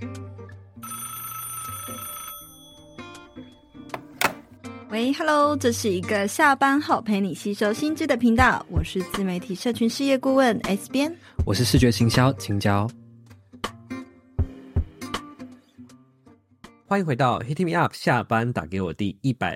喂 ，Hello， 这是一个下班后陪你吸收新知的频道，我是自媒体社群事业顾问 S 边， 我是视觉行销青椒。欢迎回到 Hit Me Up 下班打给我第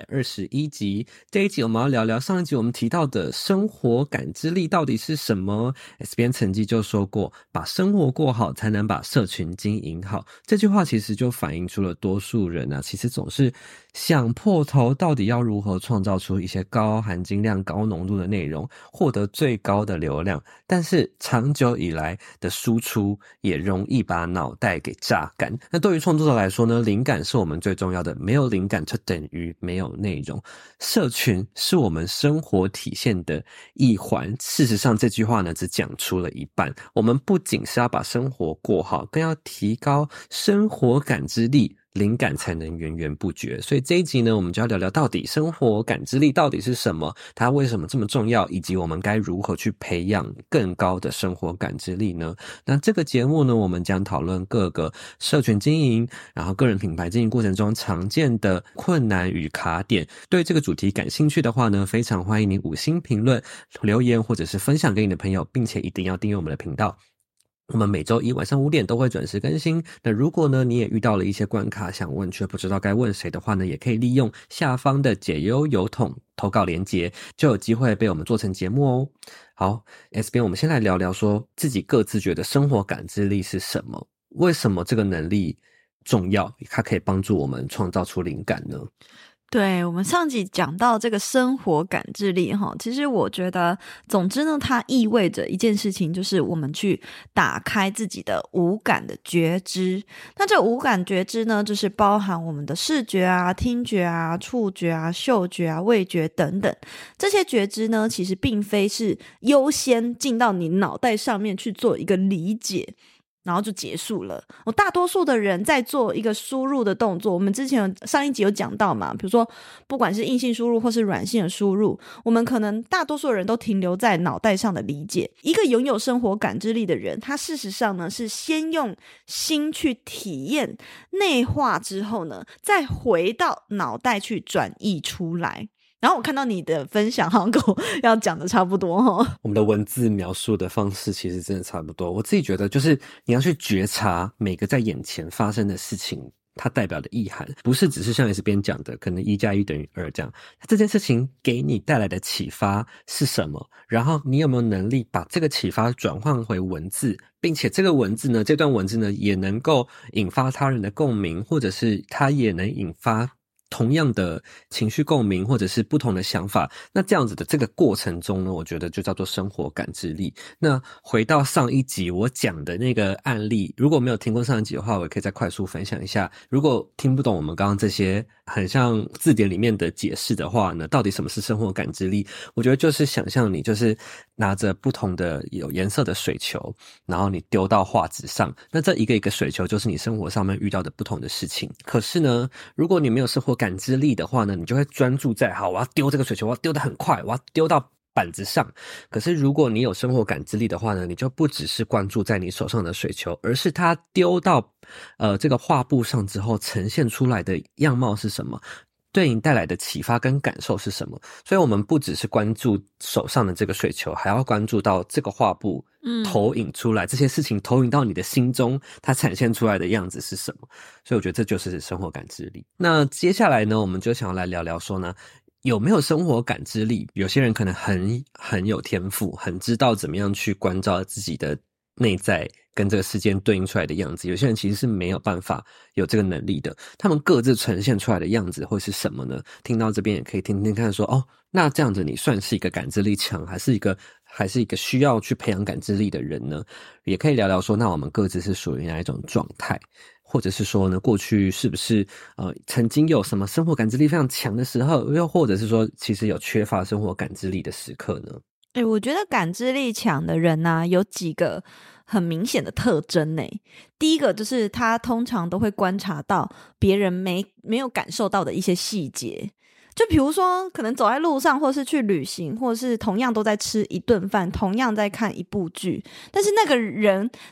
121集。这一集我们要聊聊上一集我们提到的生活感知力到底是什么。 S 边曾经就说过，把生活过好才能把社群经营好。这句话其实就反映出了多数人啊，其实总是想破头到底要如何创造出一些高含金量高浓度的内容，获得最高的流量，但是长久以来的输出也容易把脑袋给榨干。那对于创作者来说呢，灵感是我们最重要的，没有灵感就等于没有内容。社群是我们生活体现的一环。事实上这句话呢只讲出了一半，我们不仅是要把生活过好，更要提高生活感知力，灵感才能源源不绝。所以这一集呢，我们就要聊聊到底生活感知力到底是什么，它为什么这么重要，以及我们该如何去培养更高的生活感知力呢？那这个节目呢，我们将讨论各个社群经营，然后个人品牌经营过程中常见的困难与卡点。对这个主题感兴趣的话呢，非常欢迎你5星评论留言，或者是分享给你的朋友，并且一定要订阅我们的频道。我们每周一晚上5点都会准时更新。那如果呢你也遇到了一些关卡想问却不知道该问谁的话呢，也可以利用下方的解忧邮筒投稿连结，就有机会被我们做成节目哦。好 S 边，我们先来聊聊说自己各自觉得生活感知力是什么，为什么这个能力重要，它可以帮助我们创造出灵感呢？ 对，我们上集讲到这个生活感知力其实我觉得总之呢，它意味着一件事情，就是我们去打开自己的五感的觉知。那这五感觉知呢，就是包含我们的视觉啊、听觉啊、触觉啊、嗅觉啊、味觉等等。这些觉知呢，其实并非是优先进到你脑袋上面去做一个理解然后就结束了。大多数的人在做一个输入的动作，我们之前上一集有讲到嘛，比如说不管是硬性输入或是软性的输入，我们可能大多数人都停留在脑袋上的理解。一个拥有生活感知力的人，他事实上呢是先用心去体验内化之后呢，再回到脑袋去转译出来。然后我看到你的分享好像跟我要讲的差不多我们的文字描述的方式其实真的差不多。我自己觉得就是你要去觉察每个在眼前发生的事情它代表的意涵，不是只是像 S 边讲的可能1+1等于2这样。这件事情给你带来的启发是什么，然后你有没有能力把这个启发转换回文字，并且这个文字呢，这段文字呢也能够引发他人的共鸣，或者是它也能引发同样的情绪共鸣，或者是不同的想法。那这样子的这个过程中呢，我觉得就叫做生活感知力。那回到上一集我讲的那个案例，如果没有听过上一集的话，我也可以再快速分享一下。如果听不懂我们刚刚这些很像字典里面的解释的话呢，到底什么是生活感知力？我觉得就是想象你就是拿着不同的有颜色的水球，然后你丢到画纸上，那这一个一个水球就是你生活上面遇到的不同的事情。可是呢，如果你没有生活感知力的话呢，你就会专注在好，我要丢这个水球，我要丢得很快，我要丢到板子上。可是如果你有生活感知力的话呢，你就不只是关注在你手上的水球，而是它丢到这个画布上之后呈现出来的样貌是什么，对你带来的启发跟感受是什么。所以我们不只是关注手上的这个水球，还要关注到这个画布投影出来这些事情，投影到你的心中，它展现出来的样子是什么。所以我觉得这就是生活感知力。那接下来呢，我们就想要来聊聊说呢，有没有生活感知力？有些人可能很有天赋，很知道怎么样去关照自己的内在跟这个世界对应出来的样子，有些人其实是没有办法有这个能力的。他们各自呈现出来的样子会是什么呢？听到这边也可以听听看说，那这样子你算是一个感知力强，还是一个需要去培养感知力的人呢？也可以聊聊说，那我们各自是属于哪一种状态，或者是说呢，过去是不是曾经有什么生活感知力非常强的时候，又或者是说其实有缺乏生活感知力的时刻呢？ 我觉得感知力强的人啊，有几个很明显的特征第一个就是他通常都会观察到别人没有感受到的一些细节。就比如说可能走在路上，或是去旅行，或是同样都在吃一顿饭，同样在看一部剧，但是那个人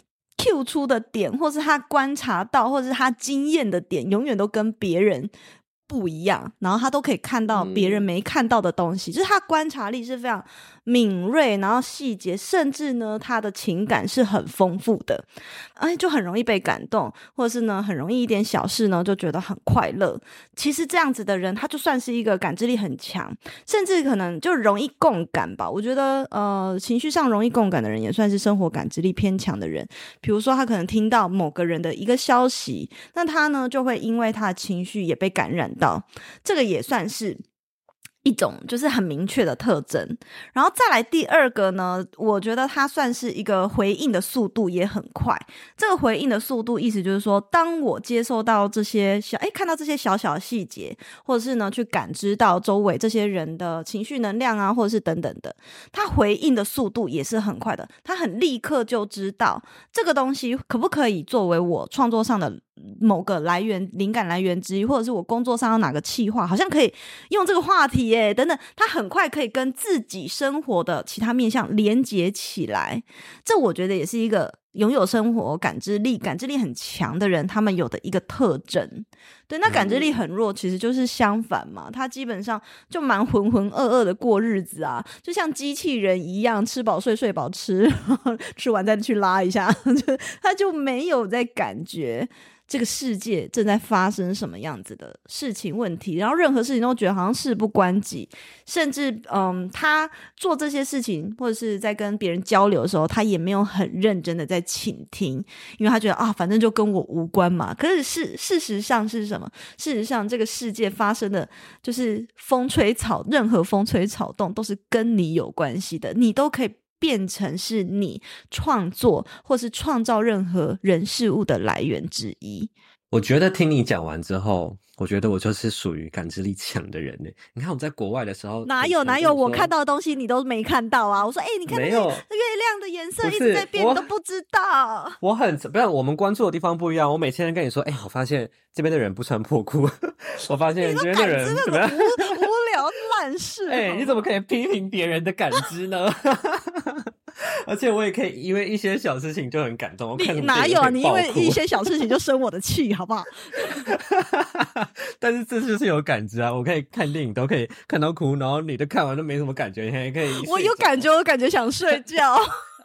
Q 出的点，或是他观察到，或是他经验的点，永远都跟别人不一样，然后他都可以看到别人没看到的东西，就是他观察力是非常敏锐，然后细节，甚至呢他的情感是很丰富的，就很容易被感动，或者是呢很容易一点小事呢就觉得很快乐。其实这样子的人他就算是一个感知力很强，甚至可能就容易共感吧。我觉得情绪上容易共感的人也算是生活感知力偏强的人。比如说他可能听到某个人的一个消息，那他呢就会因为他的情绪也被感染到，这个也算是一种就是很明确的特征。然后再来第二个呢，我觉得它算是一个回应的速度也很快。这个回应的速度意思就是说，当我接受到这些看到这些小小的细节，或者是呢去感知到周围这些人的情绪能量啊，或者是等等的，他回应的速度也是很快的。他很立刻就知道这个东西可不可以作为我创作上的某个灵感来源之一，或者是我工作上有哪个企划好像可以用这个话题耶等等，他很快可以跟自己生活的其他面向连结起来。这我觉得也是一个拥有生活感知力很强的人他们有的一个特征。对，那感知力很弱其实就是相反嘛，他基本上就蛮浑浑噩噩的过日子啊，就像机器人一样，吃饱睡，睡饱吃，吃完再去拉一下他就没有在感觉这个世界正在发生什么样子的事情问题，然后任何事情都觉得好像事不关己，甚至他做这些事情或者是在跟别人交流的时候，他也没有很认真的在倾听，因为他觉得反正就跟我无关嘛。可是事实上是什么？事实上这个世界发生的就是任何风吹草动都是跟你有关系的，你都可以变成是你创作或是创造任何人事物的来源之一。 我觉得听你讲完之后，我觉得我就是属于感知力强的人。你看我在国外的时候， 哪有我看到的东西你都没看到啊。我说你看那个月亮的颜色一直在变，你都不知道。 不然我们关注的地方不一样。我每天跟你说我发现这边的人不穿破裤我发现这边的人怎么样无聊烂事你怎么可以批评别人的感知呢而且我也可以因为一些小事情就很感动。 你哪有你因为一些小事情就生我的气好不好但是这就是有感知啊，我可以看电影都可以看到哭，然后你都看完都没什么感觉，你还可以我有感觉，我感觉想睡觉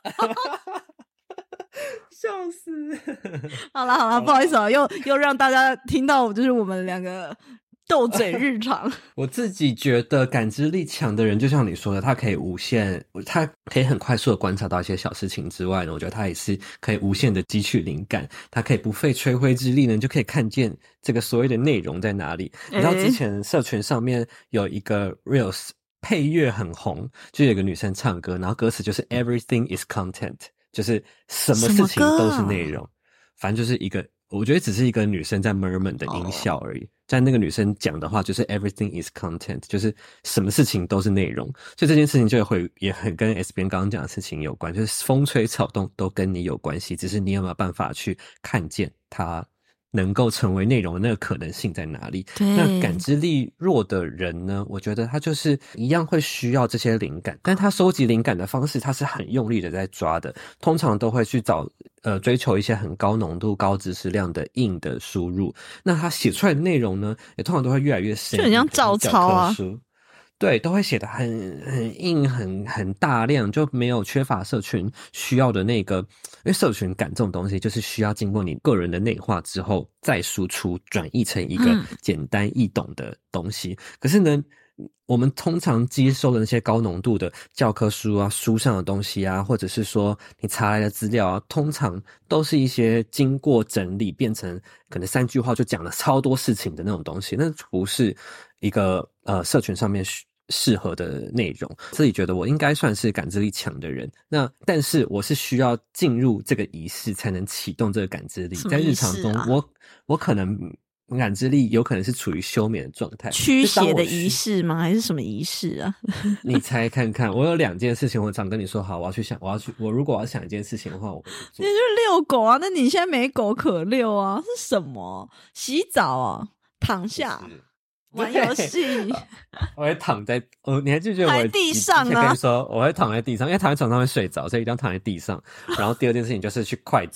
笑死好啦不好意思又让大家听到就是我们两个斗嘴日常我自己觉得感知力强的人就像你说的，他可以很快速的观察到一些小事情之外呢，我觉得他也是可以无限的汲取灵感，他可以不费吹灰之力呢就可以看见这个所谓的内容在哪里。你知道之前社群上面有一个 Reels 配乐很红，就有一个女生唱歌，然后歌词就是 Everything is content， 就是什么事情都是内容，反正就是一个我觉得只是一个女生在 murmur 的音效而已，在那个女生讲的话就是 everything is content， 就是什么事情都是内容。所以这件事情就也很跟 S 边刚刚讲的事情有关，就是风吹草动都跟你有关系，只是你有没有办法去看见它能够成为内容的那个可能性在哪里。那感知力弱的人呢，我觉得他就是一样会需要这些灵感，但他收集灵感的方式他是很用力的在抓的，通常都会去追求一些很高浓度高知识量的硬的输入，那他写出来的内容呢也通常都会越来越深， 就很像照抄啊， 对，都会写得很硬很大量，就没有缺乏社群需要的那个，因为社群感这种东西就是需要经过你个人的内化之后再输出转译成一个简单易懂的东西。可是呢我们通常接收的那些高浓度的教科书啊书上的东西啊，或者是说你查来的资料啊，通常都是一些经过整理变成可能3句话就讲了超多事情的那种东西，那不是一个社群上面适合的内容。自己觉得我应该算是感知力强的人，那但是我是需要进入这个仪式才能启动这个感知力。在日常中我可能感知力有可能是处于休眠的状态。 驱邪的仪式吗？还是什么仪式啊？ 你猜看看，我有2件事情，我常跟你说好，我如果我要想一件事情的话，我会去做。 那就是遛狗啊，那你现在没狗可遛啊？是什么？洗澡啊？躺下？玩游戏？ 我会躺在你还记不记得我地上啊？ 跟你说我会躺在地上，因为躺在床上会睡着，所以一定要躺在地上。然后第2件事情就是去快走。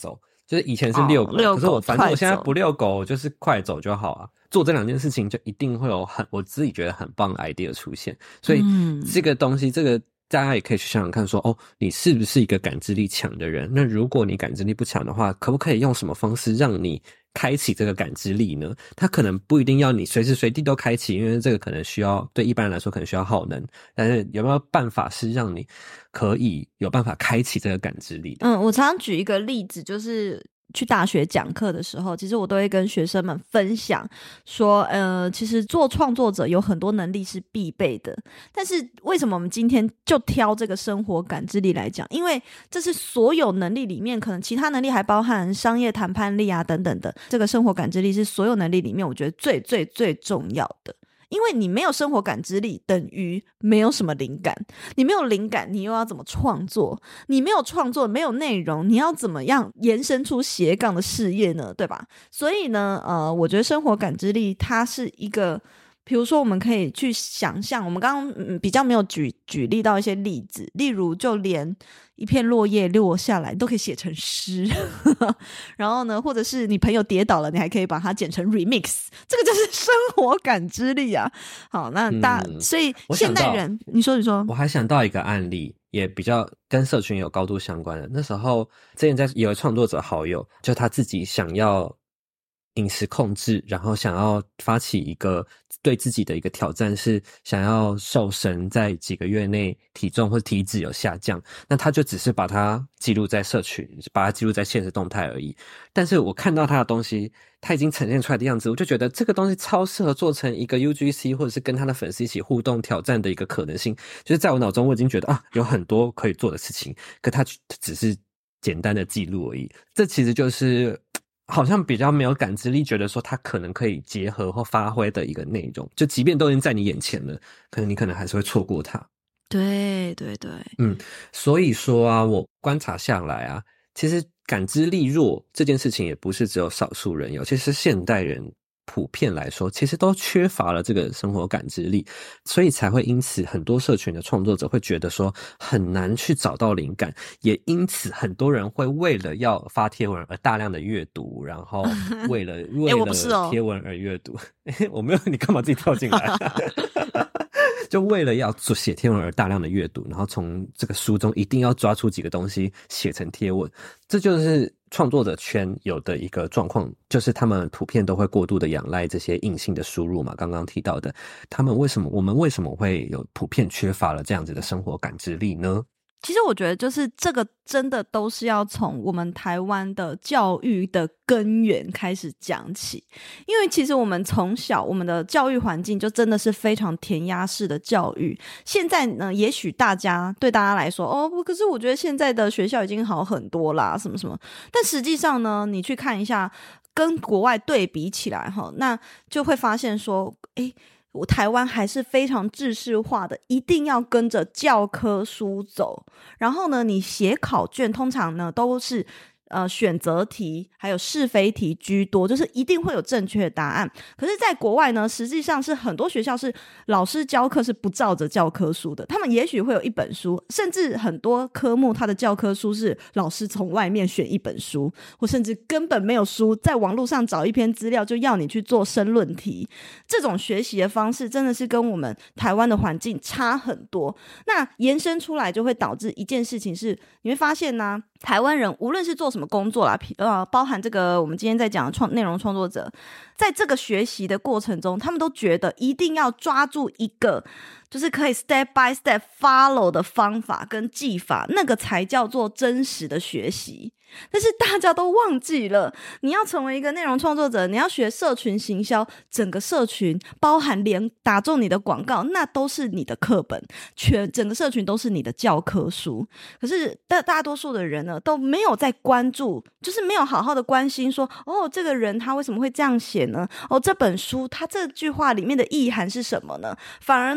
就是以前是遛狗， 遛狗可是我反正我现在快走不遛狗，我就是快走就好啊。做这两件事情就一定会有我自己觉得很棒的 idea 出现，所以这个东西，这个大家也可以去想想看说，哦，你是不是一个感知力强的人？那如果你感知力不强的话，可不可以用什么方式让你开启这个感知力呢？它可能不一定要你随时随地都开启，因为这个可能需要对一般人来说可能需要耗能，但是有没有办法是让你可以有办法开启这个感知力的？ 我常常举一个例子，就是去大学讲课的时候，其实我都会跟学生们分享说，其实做创作者有很多能力是必备的，但是为什么我们今天就挑这个生活感知力来讲？因为这是所有能力里面，可能其他能力还包含商业谈判力啊等等的，这个生活感知力是所有能力里面我觉得最最最重要的。因为你没有生活感知力，等于没有什么灵感。你没有灵感，你又要怎么创作？你没有创作，没有内容，你要怎么样延伸出斜杠的事业呢？对吧？所以呢，我觉得生活感知力它是一个，比如说我们可以去想象，我们刚刚比较没有举例到一些例子，例如就连一片落叶落下来，你都可以写成诗。然后呢，或者是你朋友跌倒了，你还可以把它剪成 remix， 这个就是生活感知力啊。好，那所以现代人，你说， 我还想到一个案例，也比较跟社群有高度相关的。那时候之前有一创作者好友，就他自己想要饮食控制，然后想要发起一个对自己的一个挑战，是想要瘦身，在几个月内体重或体脂有下降。那他就只是把它记录在社群，把它记录在现实动态而已。但是我看到他的东西，他已经呈现出来的样子，我就觉得这个东西超适合做成一个 UGC， 或者是跟他的粉丝一起互动挑战的一个可能性。就是在我脑中我已经觉得有很多可以做的事情，可他只是简单的记录而已。这其实就是好像比较没有感知力，觉得说它可能可以结合或发挥的一个内容，就即便都已经在你眼前了，你可能还是会错过它。 对对对， 所以说啊，我观察下来啊，其实感知力弱这件事情也不是只有少数人有，其实现代人普遍来说其实都缺乏了这个生活感知力，所以才会因此很多社群的创作者会觉得说很难去找到灵感，也因此很多人会为了要发贴文而大量的阅读，然后为了贴文而阅读。我没有，你干嘛自己跳进来？就为了要写贴文而大量的阅读，然后从这个书中一定要抓出几个东西写成贴文，这就是创作者圈有的一个状况，就是他们普遍都会过度的仰赖这些硬性的输入嘛，刚刚提到的，我们为什么会有普遍缺乏了这样子的生活感知力呢？ 其实我觉得就是这个真的都是要从我们台湾的教育的根源开始讲起，因为其实我们从小我们的教育环境就真的是非常填鸭式的教育。现在呢，也许对大家来说可是我觉得现在的学校已经好很多啦什么什么，但实际上呢，你去看一下跟国外对比起来那就会发现说台湾还是非常制式化的，一定要跟着教科书走。然后呢，你写考卷通常呢都是选择题还有是非题居多，就是一定会有正确的答案。可是在国外呢，实际上是很多学校是老师教课是不照着教科书的，他们也许会有一本书，甚至很多科目它的教科书是老师从外面选一本书，或甚至根本没有书，在网络上找一篇资料就要你去做申论题。这种学习的方式真的是跟我们台湾的环境差很多，那延伸出来就会导致一件事情是，你会发现呢，台湾人无论是做什么工作啦，包含这个我们今天在讲的内容创作者，在这个学习的过程中，他们都觉得一定要抓住一个就是可以 step by step follow 的方法跟技法，那个才叫做真实的学习。但是大家都忘记了，你要成为一个内容创作者，你要学社群行销，整个社群包含连打中你的广告，那都是你的课本，整个社群都是你的教科书。可是大多数的人呢，都没有在关注，就是没有好好的关心说这个人他为什么会这样写呢？这本书他这句话里面的意涵是什么呢？反而呢就把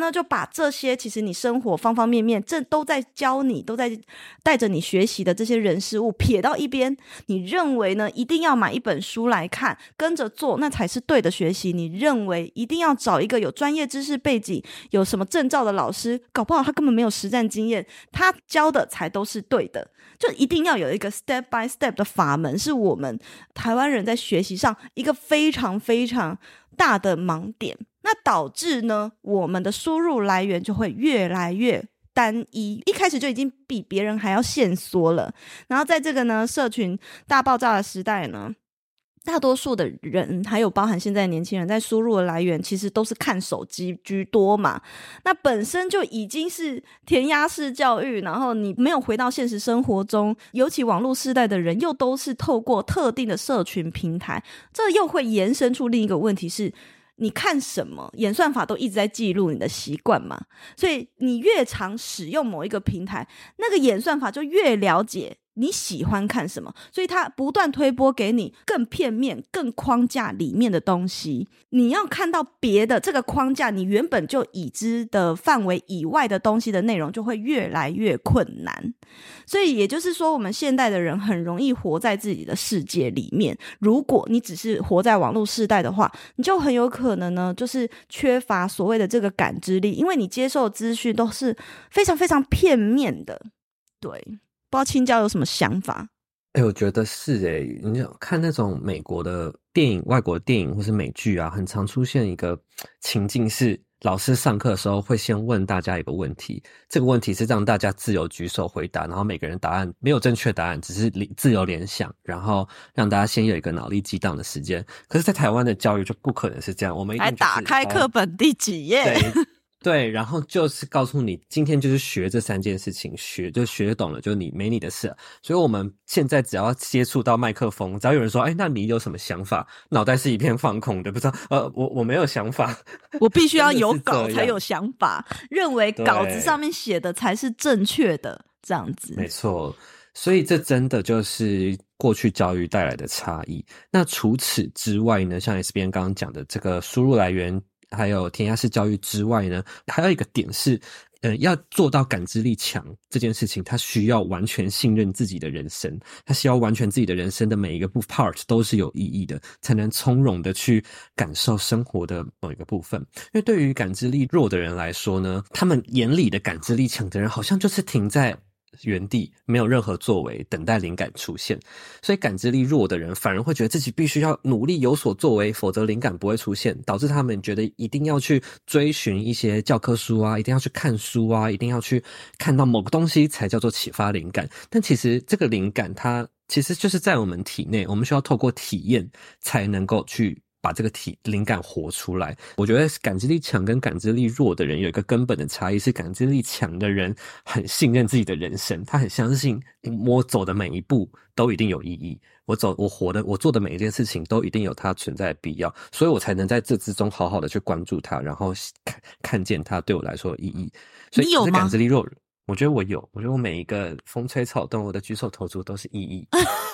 把这些其实你生活方方面面这都在教你，都在带着你学习的这些人事物撇到一边，你认为呢一定要买一本书来看跟着做那才是对的学习，你认为一定要找一个有专业知识背景有什么证照的老师，搞不好他根本没有实战经验，他教的才都是对的，就一定要有一个 step by step 的法门，是我们台湾人在学习上一个非常非常大的盲点。那导致呢我们的输入来源就会越来越单一，一开始就已经比别人还要限缩了。然后在这个呢社群大爆炸的时代呢，大多数的人还有包含现在的年轻人在输入的来源其实都是看手机居多嘛，那本身就已经是填鸭式教育，然后你没有回到现实生活中，尤其网络世代的人又都是透过特定的社群平台，这又会延伸出另一个问题是你看什么演算法都一直在记录你的习惯嘛，所以你越常使用某一个平台，那个演算法就越了解你喜欢看什么，所以它不断推播给你更片面更框架里面的东西，你要看到别的这个框架你原本就已知的范围以外的东西的内容就会越来越困难。所以也就是说我们现代的人很容易活在自己的世界里面，如果你只是活在网络世代的话，你就很有可能呢就是缺乏所谓的这个感知力，因为你接受的资讯都是非常非常片面的。对，不知道青椒有什么想法？ 我觉得是你看那种美国的电影、外国电影或是美剧啊，很常出现一个情境是老师上课的时候会先问大家一个问题，这个问题是让大家自由举手回答，然后每个人答案没有正确答案，只是自由联想，然后让大家先有一个脑力激荡的时间。可是在台湾的教育就不可能是这样，我们一定就是来打开课本第几页， 对，然后就是告诉你今天就是学这3件事情，就学懂了就你没你的事了。所以我们现在只要接触到麦克风，只要有人说那你有什么想法，脑袋是一片放空的，不知道我没有想法， 我必须要有稿才有想法，认为稿子上面写的才是正确的，这样子。 没错，所以这真的就是过去教育带来的差异。那除此之外呢，像 S 边刚刚讲的这个输入来源还有填鸭式教育之外呢，还有一个点是要做到感知力强这件事情，他需要完全信任自己的人生，他需要完全自己的人生的每一个part都是有意义的，才能从容的去感受生活的某一个部分。因为对于感知力弱的人来说呢，他们眼里的感知力强的人好像就是停在原地，没有任何作为，等待灵感出现。所以感知力弱的人反而会觉得自己必须要努力有所作为，否则灵感不会出现，导致他们觉得一定要去追寻一些教科书啊，一定要去看书啊，一定要去看到某个东西才叫做启发灵感。但其实这个灵感它其实就是在我们体内，我们需要透过体验才能够去把这个灵感活出来。我觉得感知力强跟感知力弱的人有一个根本的差异，是感知力强的人很信任自己的人生，他很相信我走的每一步都一定有意义，我做的每一件事情都一定有它存在的必要，所以我才能在这之中好好的去关注它，然后看见它对我来说的意义。所以是感知力弱人，我觉得我有，我觉得我每一个风吹草动，我的举手投足都是意义。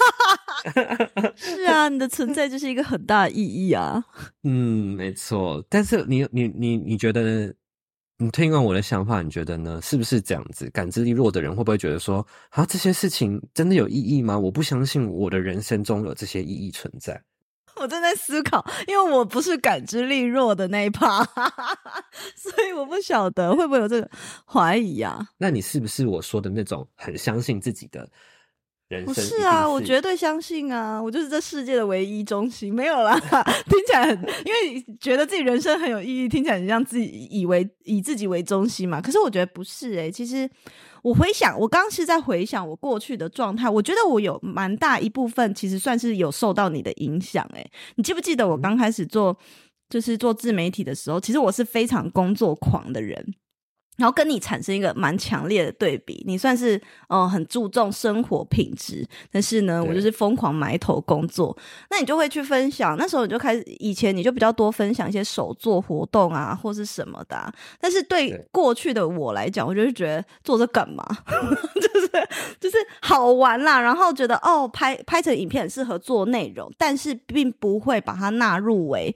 是啊，你的存在就是一个很大的意义啊。 没错。但是你觉得，你听完我的想法，你觉得呢？是不是这样子？感知力弱的人会不会觉得说，这些事情真的有意义吗？我不相信我的人生中有这些意义存在。 我正在思考，因为我不是感知力弱的那一趴，所以我不晓得会不会有这个怀疑啊。 那你是不是我说的那种很相信自己的人生？ 不是啊，我绝对相信啊，我就是这世界的唯一中心。没有啦，听起来很，因为觉得自己人生很有意义，听起来很像自己以自己为中心嘛。可是我觉得不是其实我刚刚是在回想我过去的状态，我觉得我有蛮大一部分其实算是有受到你的影响你记不记得我刚开始做自媒体的时候，其实我是非常工作狂的人，然后跟你产生一个蛮强烈的对比。你算是很注重生活品质，但是呢我就是疯狂埋头工作。那你就会去分享，那时候你就开始，以前你就比较多分享一些手作活动啊或是什么的但是对过去的我来讲，我就觉得做这干嘛就是好玩啦，然后觉得拍成影片很适合做内容，但是并不会把它纳入为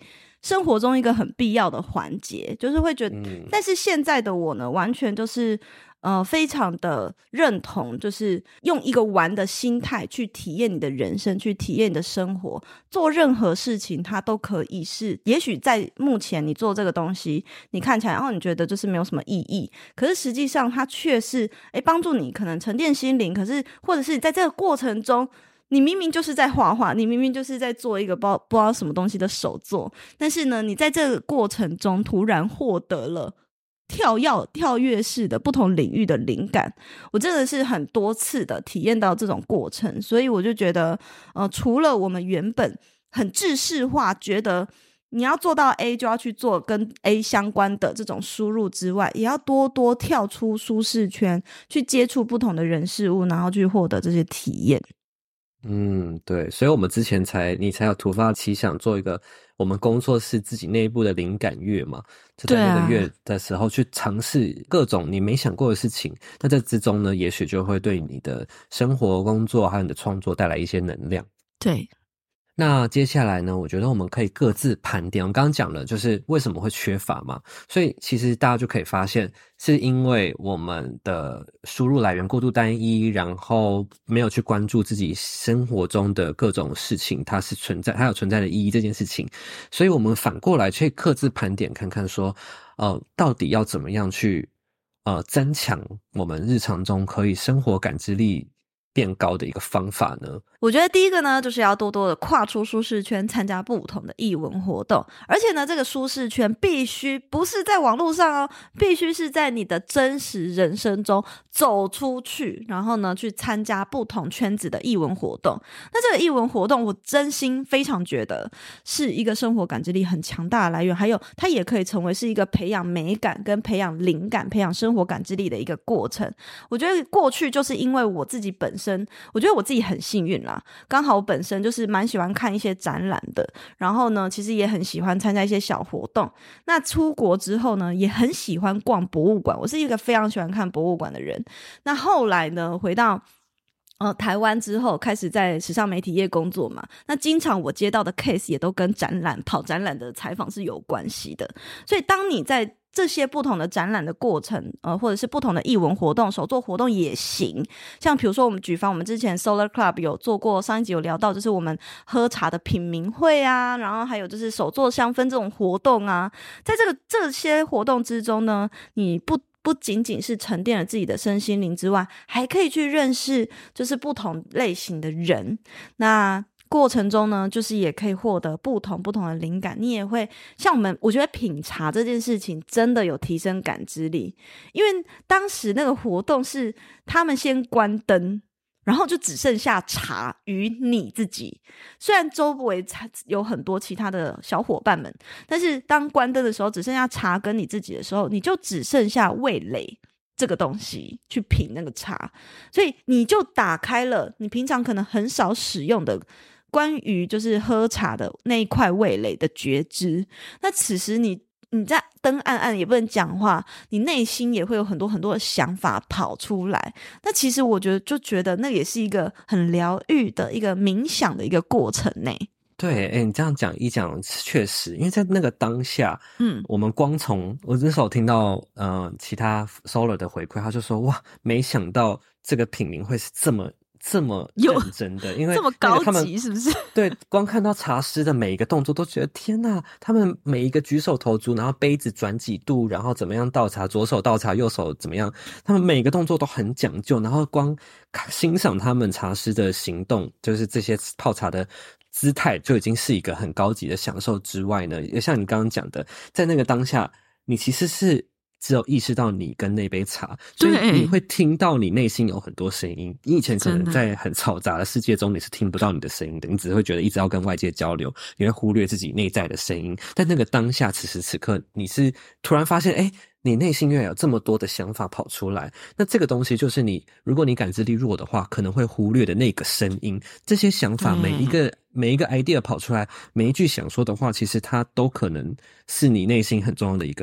生活中一个很必要的环节，就是会觉得但是现在的我呢，完全就是非常的认同，就是用一个玩的心态去体验你的人生，去体验你的生活，做任何事情它都可以是，也许在目前你做这个东西你看起来然后你觉得就是没有什么意义，可是实际上它却是帮助你可能沉淀心灵，可是或者是在这个过程中你明明就是在画画，你明明就是在做一个不知道什么东西的手作，但是呢你在这个过程中突然获得了跳跃式的不同领域的灵感，我真的是很多次的体验到这种过程，所以我就觉得除了我们原本很制式化觉得你要做到 A 就要去做跟 A 相关的这种输入之外，也要多多跳出舒适圈，去接触不同的人事物，然后去获得这些体验。 对，所以我们之前你才有突发奇想做一个我们工作室自己内部的灵感月嘛，就在那个月的时候去尝试各种你没想过的事情，那这之中呢，也许就会对你的生活工作还有你的创作带来一些能量。 对， 那接下来呢，我觉得我们可以各自盘点，我们刚刚讲了就是为什么会缺乏嘛，所以其实大家就可以发现是因为我们的输入来源过度单一，然后没有去关注自己生活中的各种事情它有存在的意义这件事情，所以我们反过来去各自盘点看看说到底要怎么样去增强我们日常中可以生活感知力变高的一个方法呢？ 我觉得第一个呢，就是要多多的跨出舒适圈，参加不同的艺文活动，而且呢这个舒适圈必须不是在网络上哦，必须是在你的真实人生中走出去，然后呢去参加不同圈子的艺文活动。那这个艺文活动我真心非常觉得是一个生活感知力很强大的来源，还有它也可以成为是一个培养美感跟培养灵感培养生活感知力的一个过程。我觉得过去就是因为我自己本身我觉得我自己很幸运啦，刚好我本身就是蛮喜欢看一些展览的，然后呢其实也很喜欢参加一些小活动，那出国之后呢也很喜欢逛博物馆，我是一个非常喜欢看博物馆的人。那后来呢回到台湾之后开始在时尚媒体业工作嘛，那经常我接到的 case 也都跟跑展览的采访是有关系的，所以当你在这些不同的展览的过程或者是不同的艺文活动手作活动也行，像比如说我们举凡我们之前 Solar Club 有做过，上一集有聊到就是我们喝茶的品茗会啊，然后还有就是手作香氛这种活动啊，在这些活动之中呢，你不仅仅是沉淀了自己的身心灵之外，还可以去认识就是不同类型的人，那过程中呢就是也可以获得不同的灵感，你也会像我觉得品茶这件事情真的有提升感知力，因为当时那个活动是他们先关灯，然后就只剩下茶与你自己，虽然周围有很多其他的小伙伴们，但是当关灯的时候只剩下茶跟你自己的时候，你就只剩下味蕾这个东西去品那个茶，所以你就打开了你平常可能很少使用的关于就是喝茶的那一块味蕾的觉知。那此时你在灯暗暗也不能讲话，你内心也会有很多的想法跑出来，那其实我觉得那也是一个很疗愈的一个冥想的一个过程呢。 对，你这样讲一讲确实，因为在那个当下我们光从我那时候听到其他 Solar 的回馈，他就说哇没想到这个品茗会是这么认真的，因为这么高级是不是？ 对，光看到茶师的每一个动作都觉得天哪，他们每一个举手投足，然后杯子转几度，然后怎么样倒茶，左手倒茶右手怎么样，他们每一个动作都很讲究，然后光欣赏他们茶师的行动，就是这些泡茶的姿态就已经是一个很高级的享受之外呢，也像你刚刚讲的，在那个当下你其实是只有意识到你跟那杯茶，所以你会听到你内心有很多声音，你以前可能在很嘈杂的世界中你是听不到你的声音的，你只会觉得一直要跟外界交流，你会忽略自己内在的声音，但那个当下此时此刻你是突然发现你内心原来有这么多的想法跑出来，那这个东西就是如果你感知力弱的话可能会忽略的那个声音，这些想法每一个 idea 跑出来，每一句想说的话其实它都可能是你内心很重要的一个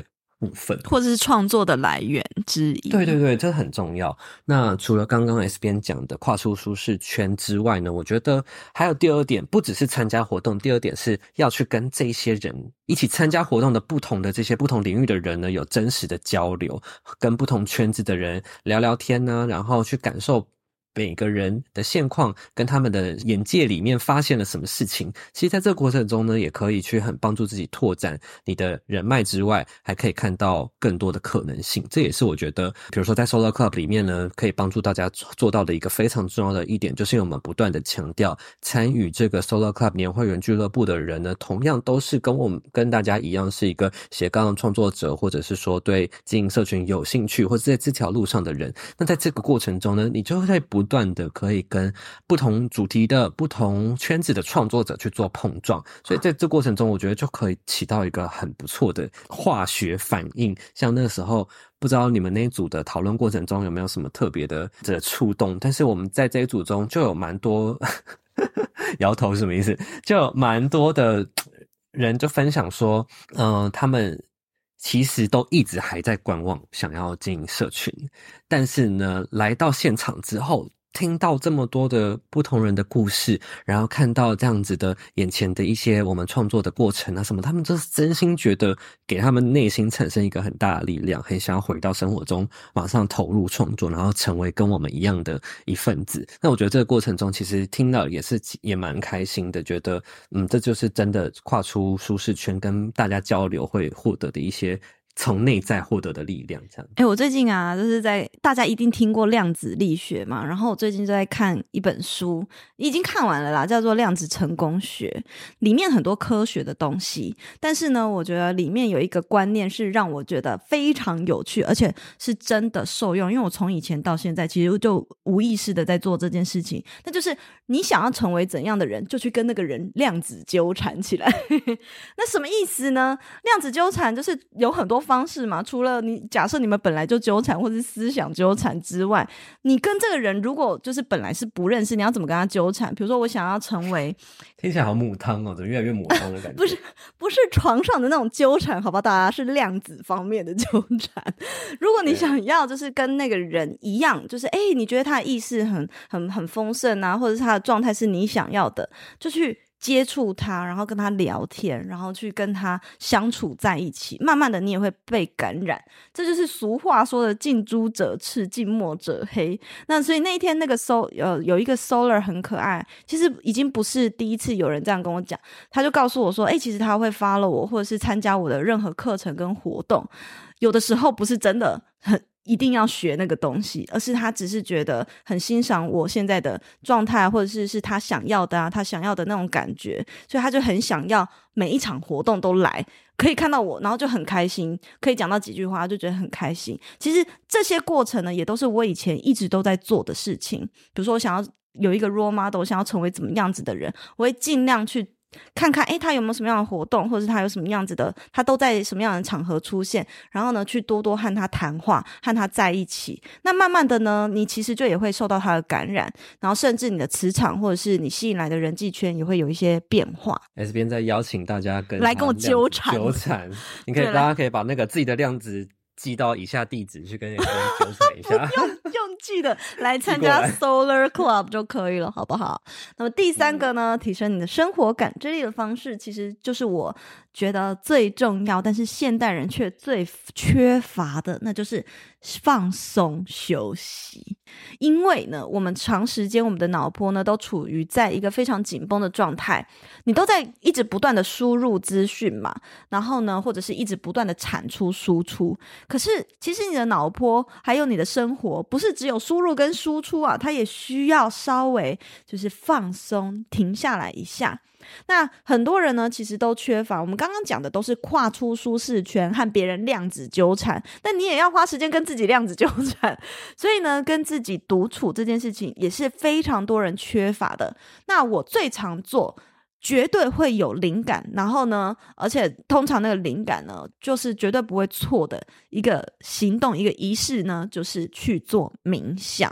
部分， 或者是创作的来源之一。 对对对，这很重要。那除了刚刚 S 边讲的跨出舒适圈之外呢，我觉得还有第二点，不只是参加活动，第二点是要去跟这些人一起参加活动的不同的这些不同领域的人呢，有真实的交流，跟不同圈子的人聊聊天呢，然后去感受每个人的现况跟他们的眼界里面发现了什么事情，其实在这个过程中呢，也可以去很帮助自己拓展你的人脉之外，还可以看到更多的可能性。这也是我觉得比如说在 Solar Club 里面呢，可以帮助大家做到的一个非常重要的一点，就是因为我们不断的强调参与这个 Solar Club 年会员俱乐部的人呢，同样都是跟大家一样是一个斜杠创作者，或者是说对经营社群有兴趣，或者在这条路上的人。那在这个过程中呢，你就会不断的可以跟不同主题的不同圈子的创作者去做碰撞，所以在这过程中我觉得就可以起到一个很不错的化学反应。像那个时候不知道你们那一组的讨论过程中有没有什么特别的触动，但是我们在这一组中就有蛮多摇头是什么意思，就有蛮多的人就分享说他们其实都一直还在观望，想要经营社群，但是呢，来到现场之后，听到这么多的不同人的故事，然后看到这样子的眼前的一些我们创作的过程啊什么，他们就是真心觉得给他们内心产生一个很大的力量，很想要回到生活中马上投入创作，然后成为跟我们一样的一份子。那我觉得这个过程中其实听到也蛮开心的，觉得这就是真的跨出舒适圈跟大家交流会获得的一些从内在获得的力量，这样。 我最近啊，就是大家一定听过量子力学嘛，然后我最近就在看一本书，已经看完了啦，叫做《量子成功学》，里面很多科学的东西，但是呢，我觉得里面有一个观念是让我觉得非常有趣，而且是真的受用，因为我从以前到现在其实就无意识的在做这件事情，那就是你想要成为怎样的人，就去跟那个人量子纠缠起来。那什么意思呢？量子纠缠就是有很多方式嘛，除了假设你们本来就纠缠或是思想纠缠之外，你跟这个人如果就是本来是不认识，你要怎么跟他纠缠？比如说我想要成为， 听起来好母汤哦，怎么越来越母汤的感觉？ 不是床上的那种纠缠，好吧，大家是量子方面的纠缠。如果你想要就是跟那个人一样，就是你觉得他的意识很丰盛啊，或者是他的状态是你想要的，就去接触他，然后跟他聊天，然后去跟他相处在一起，慢慢的你也会被感染。这就是俗话说的近朱者赤，近墨者黑。那所以那一天那个有一个 Solar 很可爱，其实已经不是第一次有人这样跟我讲，他就告诉我说其实他会 follow 我，或者是参加我的任何课程跟活动，有的时候不是真的一定要学那个东西，而是他只是觉得很欣赏我现在的状态，或者是他想要的他想要的那种感觉，所以他就很想要每一场活动都来，可以看到我，然后就很开心，可以讲到几句话就觉得很开心。其实这些过程呢，也都是我以前一直都在做的事情。比如说我想要有一个 role model， 想要成为怎么样子的人，我会尽量去看看他有没有什么样的活动，或者是他有什么样子的，他都在什么样的场合出现，然后呢去多多和他谈话，和他在一起。那慢慢的呢，你其实就也会受到他的感染，然后甚至你的磁场或者是你吸引来的人际圈也会有一一些变化。 S 边在邀请大家来跟我纠缠， 大家可以把那个自己的量子寄到以下地址去跟人纠缠一下用寄的来参加 Solar Club 就可以了，好不好？那么第三个呢，提升你的生活感知力的方式，其实就是我觉得最重要，但是现代人却最缺乏的，那就是放松休息。因为呢，我们长时间我们的脑波呢都处于在一个非常紧绷的状态，你都在一直不断的输入资讯嘛，然后呢或者是一直不断的产出输出，可是其实你的脑波还有你的生活不是只有输入跟输出啊，它也需要稍微就是放松停下来一下。那很多人呢其实都缺乏，我们刚刚讲的都是跨出舒适圈和别人量子纠缠，但你也要花时间跟自己量子纠缠，所以呢跟自己独处这件事情也是非常多人缺乏的。那我最常做，绝对会有灵感，然后呢而且通常那个灵感呢就是绝对不会错的一个行动，一个仪式呢，就是去做冥想。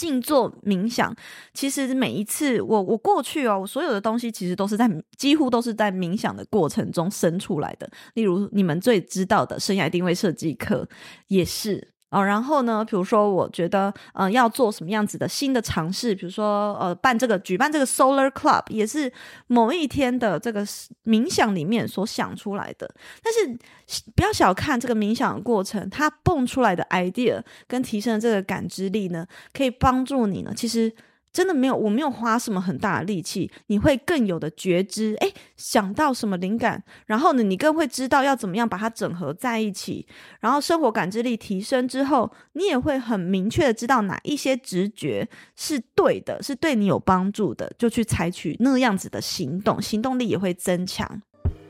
静坐冥想，其实每一次我过去我所有的东西其实几乎都是在冥想的过程中生出来的。例如你们最知道的生涯定位设计课也是然后呢，比如说我觉得要做什么样子的新的尝试，比如说举办这个 Solar Club 也是某一天的这个冥想里面所想出来的。但是不要小看这个冥想的过程，它蹦出来的 idea 跟提升的这个感知力呢，可以帮助你呢，其实真的我没有花什么很大的力气，你会更有的觉知，想到什么灵感，然后呢，你更会知道要怎么样把它整合在一起，然后生活感知力提升之后，你也会很明确的知道哪一些直觉是对的，是对你有帮助的，就去采取那样子的行动，行动力也会增强。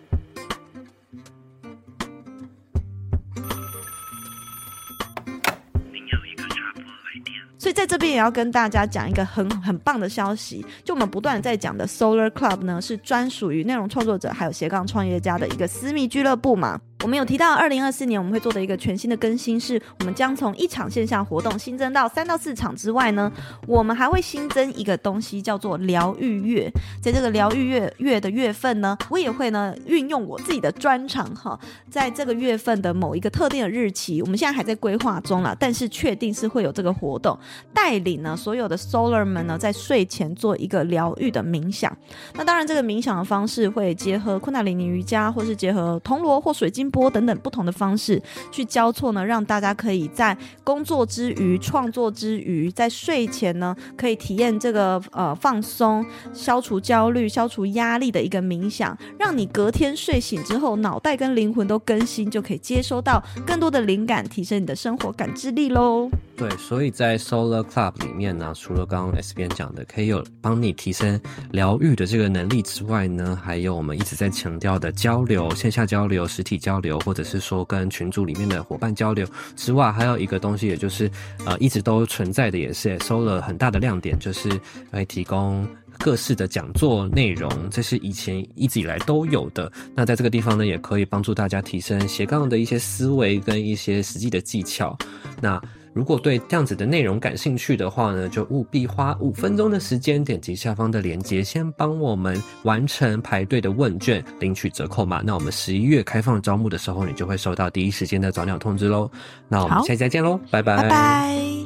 所以在这边也要跟大家讲一个很棒的消息，就我们不断的在讲的 Solar Club 呢，是专属于内容创作者还有斜杠创业家的一个私密俱乐部嘛。我们有提到2024年我们会做的一个全新的更新，是我们将从1场线下活动新增到3到4场之外呢，我们还会新增一个东西叫做疗愈月。在这个疗愈月的月份呢，我也会呢运用我自己的专长在这个月份的某一个特定的日期，我们现在还在规划中啦，但是确定是会有这个活动，带领呢所有的 Solar 们呢在睡前做一个疗愈的冥想。那当然这个冥想的方式会结合昆达里尼瑜伽，或是结合铜锣或水晶波等等不同的方式去交错呢，让大家可以在工作之余、创作之余，在睡前呢可以体验这个放松、消除焦虑、消除压力的一个冥想，让你隔天睡醒之后脑袋跟灵魂都更新，就可以接收到更多的灵感，提升你的生活感知力咯。 对，所以在 Solar Club 里面呢，除了刚刚 S 边讲的可以有帮你提升疗愈的这个能力之外呢，还有我们一直在强调的交流，线下交流、实体交流，或者是说跟群组里面的伙伴交流之外，还有一个东西，也就是一直都存在的，也是 Solar 很大的亮点，就是会提供各式的讲座内容，这是以前一直以来都有的。那在这个地方呢，也可以帮助大家提升斜杠的一些思维跟一些实际的技巧。那如果对这样子的内容感兴趣的话呢，就务必花5分钟的时间，点击下方的链接，先帮我们完成排队的问卷，领取折扣码。那我们11月开放招募的时候，你就会收到第一时间的早鸟通知咯。那我们下期再见咯，拜拜。 拜拜。